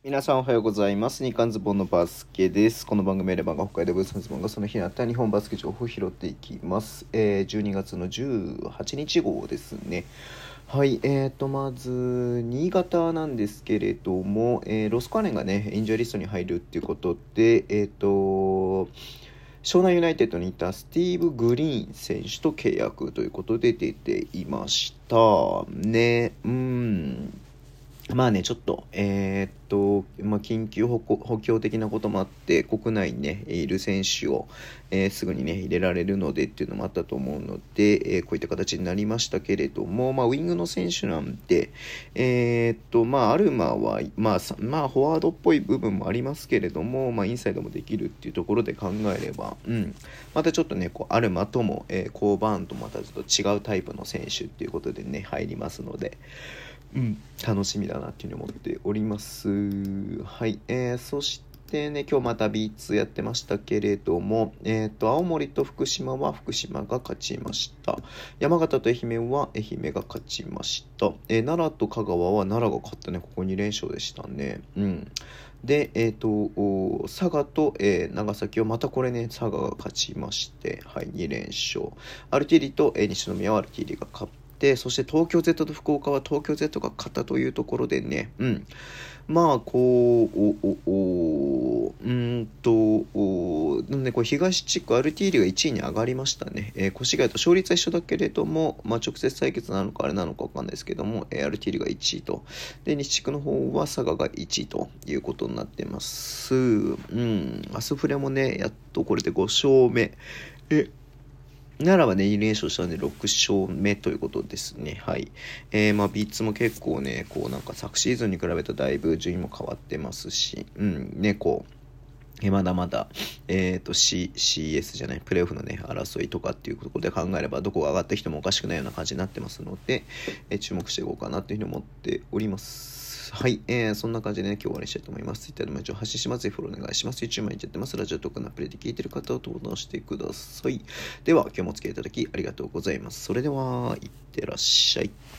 皆さんおはようございます。日刊ズボンのバスケです。この番組レバンが北海道ブースのズボンがその日にあった日本バスケ情報を拾っていきます。12月の18日号ですね。はい、まず、新潟なんですけれども、ロスコアレンがね、インジャーリストに入るっていうことで、湘南ユナイテッドにいたスティーブ・グリーン選手と契約ということで出ていましたね。まあね、ちょっと、緊急補強的なこともあって、国内にね、いる選手を、すぐにね、入れられるのでっていうのもあったと思うので、こういった形になりましたけれども、ウィングの選手なんで、アルマは、フォワードっぽい部分もありますけれども、インサイドもできるっていうところで考えれば、またちょっとね、アルマとも、コーバーンとまたちょっと違うタイプの選手っていうことでね、入りますので、楽しみだなっていうふうに思っております。はい、そしてね、今日また B2 やってましたけれども、青森と福島は福島が勝ちました。山形と愛媛は愛媛が勝ちました。奈良と香川は奈良が勝ったね、ここ2連勝でしたね。で、佐賀と、長崎はまたこれね、佐賀が勝ちまして、はい、2連勝。アルティリと、西宮はアルティリが勝って、そして東京 Z と福岡は東京 Z が勝ったというところでね、なんでこれ東地区アルティーリが1位に上がりましたね。越谷と勝率は一緒だけれども、直接対決なのかあれなのか分かんないですけども、アルティーリが1位と、で西地区の方は佐賀が1位ということになってます。アスフレもね、やっとこれで5勝目。奈良はね、2連勝したんで6勝目ということですね。はい。ビッツも結構ね、昨シーズンに比べただいぶ順位も変わってますし、まだまだ、CS じゃない、プレーオフのね、争いとかっていうところで考えれば、どこが上がってきてもおかしくないような感じになってますので、注目していこうかなっていうふうに思っております。はい、そんな感じでね、今日は終わりにしたいと思います。Twitter でも一応発信します。ぜひフォローお願いします。YouTube 毎日やってます。ラジオとかのアプリで聞いてる方は登録してください。では、今日もお付き合いいただきありがとうございます。それでは、いってらっしゃい。